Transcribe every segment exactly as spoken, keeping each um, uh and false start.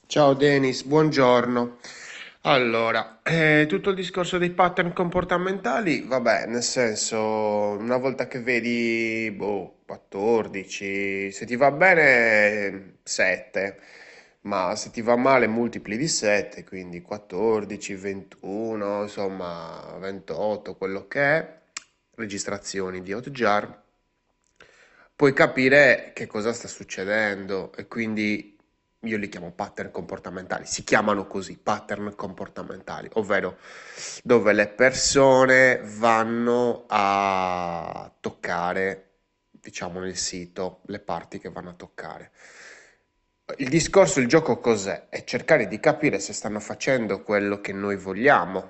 Ciao Denis, buongiorno. Allora, eh, tutto il discorso dei pattern comportamentali, vabbè, nel senso, una volta che vedi, boh, quattordici, se ti va bene, sette, ma se ti va male multipli di sette, quindi quattordici, ventuno, insomma, ventotto, quello che è, registrazioni di Hotjar, puoi capire che cosa sta succedendo e quindi io li chiamo pattern comportamentali, si chiamano così, pattern comportamentali, ovvero dove le persone vanno a toccare, diciamo nel sito, le parti che vanno a toccare. Il discorso, il gioco cos'è? È cercare di capire se stanno facendo quello che noi vogliamo.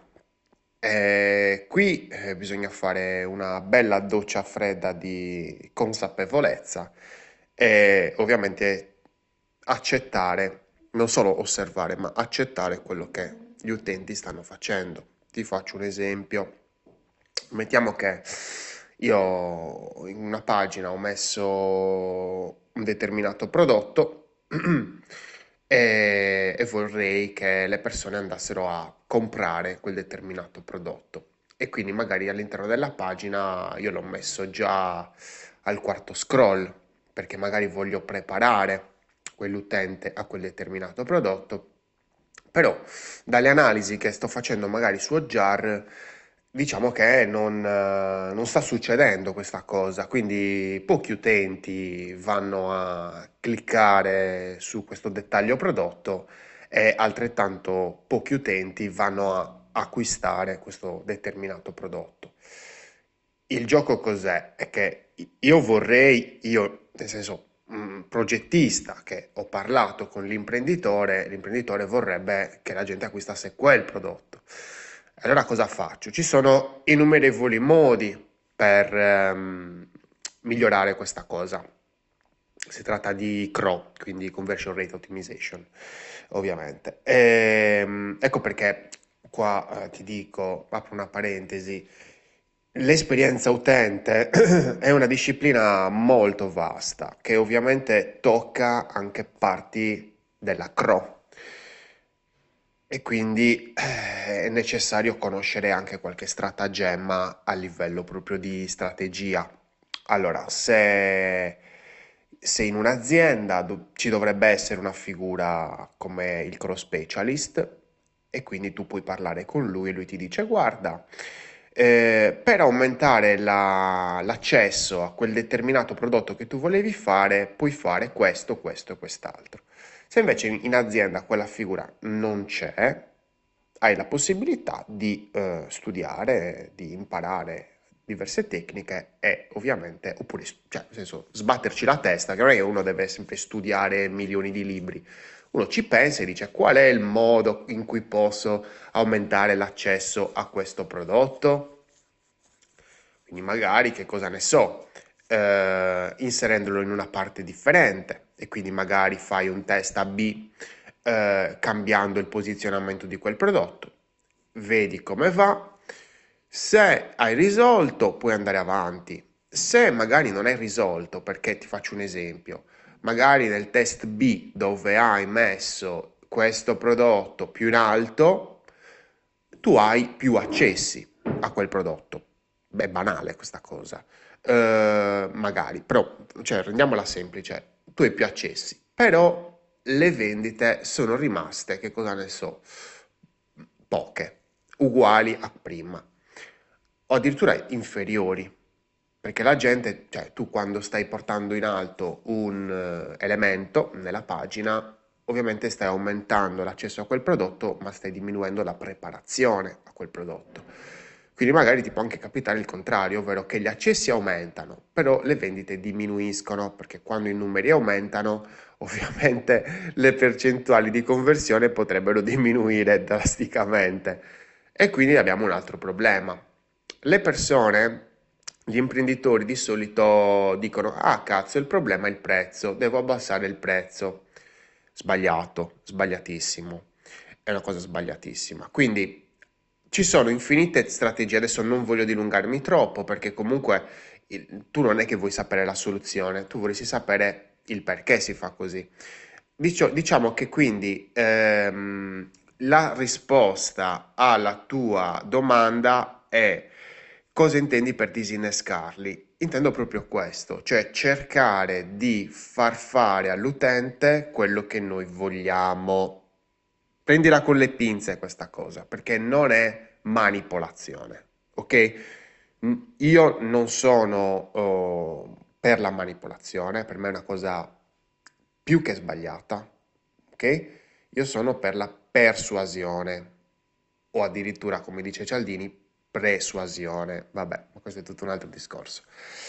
Eh, qui eh, bisogna fare una bella doccia fredda di consapevolezza e ovviamente accettare, non solo osservare, ma accettare quello che gli utenti stanno facendo. Ti faccio un esempio. Mettiamo che io in una pagina ho messo un determinato prodotto e, e vorrei che le persone andassero a comprare quel determinato prodotto. E quindi magari all'interno della pagina io l'ho messo già al quarto scroll, perché magari voglio preparare quell'utente a quel determinato prodotto. Però dalle analisi che sto facendo magari su Hotjar, diciamo che non, eh, non sta succedendo questa cosa, quindi pochi utenti vanno a cliccare su questo dettaglio prodotto e altrettanto pochi utenti vanno a acquistare questo determinato prodotto. Il gioco cos'è? È che io vorrei, io nel senso un progettista che ho parlato con l'imprenditore, l'imprenditore vorrebbe che la gente acquistasse quel prodotto. Allora cosa faccio? Ci sono innumerevoli modi per ehm, migliorare questa cosa. Si tratta di C R O, quindi Conversion Rate Optimization, ovviamente. Ehm, ecco perché qua eh, ti dico, apro una parentesi, l'esperienza utente è una disciplina molto vasta che ovviamente tocca anche parti della C R O e quindi eh, è necessario conoscere anche qualche stratagemma a livello proprio di strategia. Allora, se, se in un'azienda do- ci dovrebbe essere una figura come il cross specialist e quindi tu puoi parlare con lui e lui ti dice guarda, eh, per aumentare la- l'accesso a quel determinato prodotto che tu volevi fare, puoi fare questo, questo e quest'altro. Se invece in in azienda quella figura non c'è, hai la possibilità di eh, studiare, di imparare diverse tecniche e ovviamente, oppure, cioè, nel senso, sbatterci la testa, che non è che uno deve sempre studiare milioni di libri. Uno ci pensa e dice qual è il modo in cui posso aumentare l'accesso a questo prodotto? Quindi magari, che cosa ne so, eh, inserendolo in una parte differente e quindi magari fai un test A B eh, cambiando il posizionamento di quel prodotto, vedi come va, se hai risolto puoi andare avanti, se magari non hai risolto, perché ti faccio un esempio, magari nel test B dove hai messo questo prodotto più in alto, tu hai più accessi a quel prodotto. Beh, è banale questa cosa. Eh, magari, però, cioè, rendiamola semplice. Tu hai più accessi, però le vendite sono rimaste, che cosa ne so, poche, uguali a prima, o addirittura inferiori. Perché la gente, cioè tu quando stai portando in alto un eh, elemento nella pagina, ovviamente stai aumentando l'accesso a quel prodotto, ma stai diminuendo la preparazione a quel prodotto. Quindi magari ti può anche capitare il contrario, ovvero che gli accessi aumentano, però le vendite diminuiscono, perché quando i numeri aumentano, ovviamente le percentuali di conversione potrebbero diminuire drasticamente. E quindi abbiamo un altro problema. Le persone, gli imprenditori di solito dicono: Ah, cazzo, il problema è il prezzo, devo abbassare il prezzo. Sbagliato, sbagliatissimo. È una cosa sbagliatissima. Quindi ci sono infinite strategie. Adesso non voglio dilungarmi troppo perché comunque il- tu non è che vuoi sapere la soluzione, tu vorresti sapere il perché si fa così. Dicio- diciamo che quindi ehm, la risposta alla tua domanda è cosa intendi per disinnescarli? Intendo proprio questo, cioè cercare di far fare all'utente quello che noi vogliamo. Prendila con le pinze questa cosa, perché non è manipolazione, ok? Mm, Io non sono oh, per la manipolazione, per me è una cosa più che sbagliata, ok? Io sono per la persuasione, o addirittura, come dice Cialdini, persuasione. Vabbè, ma questo è tutto un altro discorso.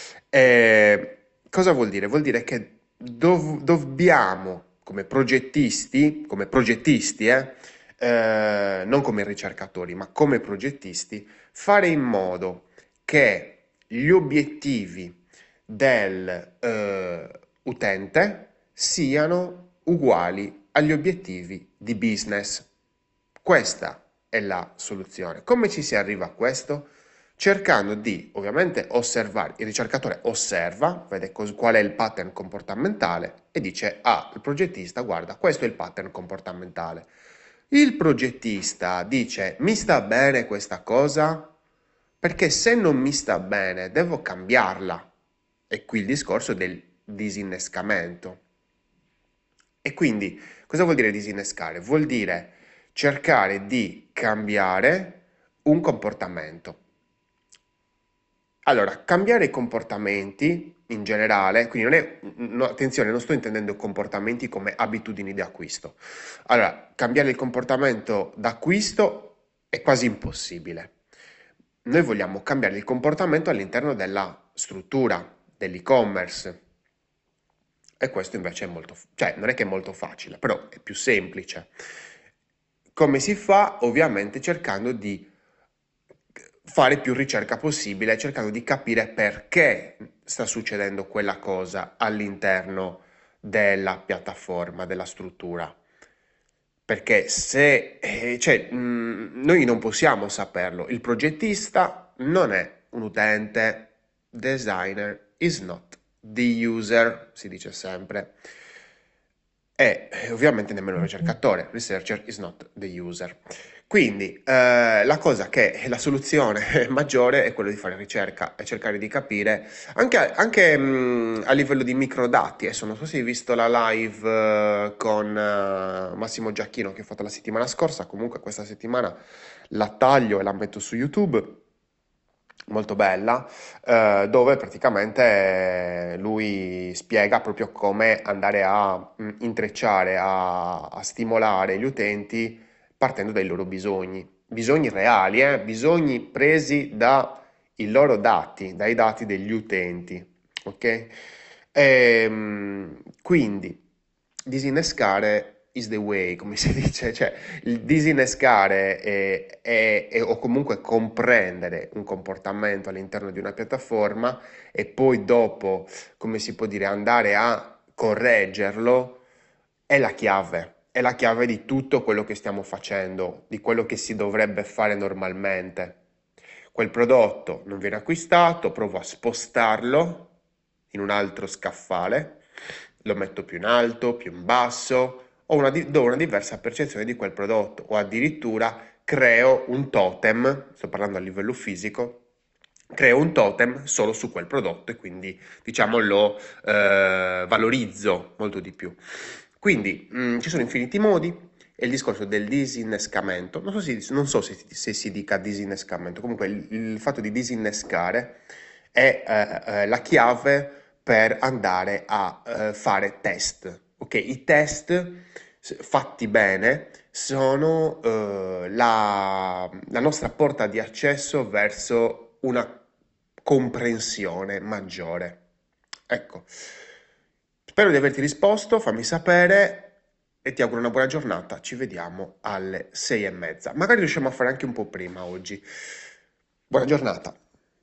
Eh, cosa vuol dire? Vuol dire che dov- dobbiamo, come progettisti, come progettisti, eh, eh, non come ricercatori, ma come progettisti, fare in modo che gli obiettivi del eh, utente siano uguali agli obiettivi di business. Questa è la soluzione. Come ci si arriva a questo? Cercando di, ovviamente, osservare. Il ricercatore osserva, vede cos- qual è il pattern comportamentale e dice, ah, il progettista, guarda, questo è il pattern comportamentale. Il progettista dice, mi sta bene questa cosa? Perché se non mi sta bene, devo cambiarla. E qui il discorso del disinnescamento. E quindi cosa vuol dire disinnescare? Vuol dire cercare di cambiare un comportamento. Allora, cambiare i comportamenti in generale, quindi non è, no, attenzione, non sto intendendo comportamenti come abitudini di acquisto. Allora, cambiare il comportamento d'acquisto è quasi impossibile. Noi vogliamo cambiare il comportamento all'interno della struttura dell'e-commerce. E questo invece è molto, cioè non è che è molto facile, però è più semplice. Come si fa? Ovviamente cercando di fare più ricerca possibile, cercando di capire perché sta succedendo quella cosa all'interno della piattaforma, della struttura. Perché se, eh, cioè, mh, noi non possiamo saperlo, il progettista non è un utente, designer is not the user, si dice sempre, e eh, ovviamente nemmeno il ricercatore, researcher is not the user. Quindi eh, la cosa che la soluzione maggiore è quella di fare ricerca e cercare di capire anche, anche, mh, a livello di microdati. Adesso non so se hai visto la live eh, con eh, Massimo Giacchino che ho fatto la settimana scorsa, comunque questa settimana la taglio e la metto su YouTube, molto bella, eh, dove praticamente lui spiega proprio come andare a mh, intrecciare, a, a stimolare gli utenti partendo dai loro bisogni, bisogni reali, eh, bisogni presi dai loro dati, dai dati degli utenti, ok? Ehm, quindi disinnescare is the way, come si dice, cioè il disinnescare e, e- e- o comunque comprendere un comportamento all'interno di una piattaforma e poi dopo, come si può dire, andare a correggerlo è la chiave, è la chiave di tutto quello che stiamo facendo, di quello che si dovrebbe fare normalmente. Quel prodotto non viene acquistato, provo a spostarlo in un altro scaffale, lo metto più in alto, più in basso, ho una, di- do una diversa percezione di quel prodotto o addirittura creo un totem, sto parlando a livello fisico, creo un totem solo su quel prodotto e quindi diciamo lo eh, valorizzo molto di più. Quindi mh, ci sono infiniti modi e il discorso del disinnescamento, non so, se, non so se, se si dica disinnescamento, comunque il, il fatto di disinnescare è eh, eh, la chiave per andare a eh, fare test. Ok, i test s- fatti bene sono eh, la, la nostra porta di accesso verso una comprensione maggiore. Ecco, spero di averti risposto, fammi sapere e ti auguro una buona giornata. Ci vediamo alle sei e mezza. Magari riusciamo a fare anche un po' prima oggi. Buona giornata.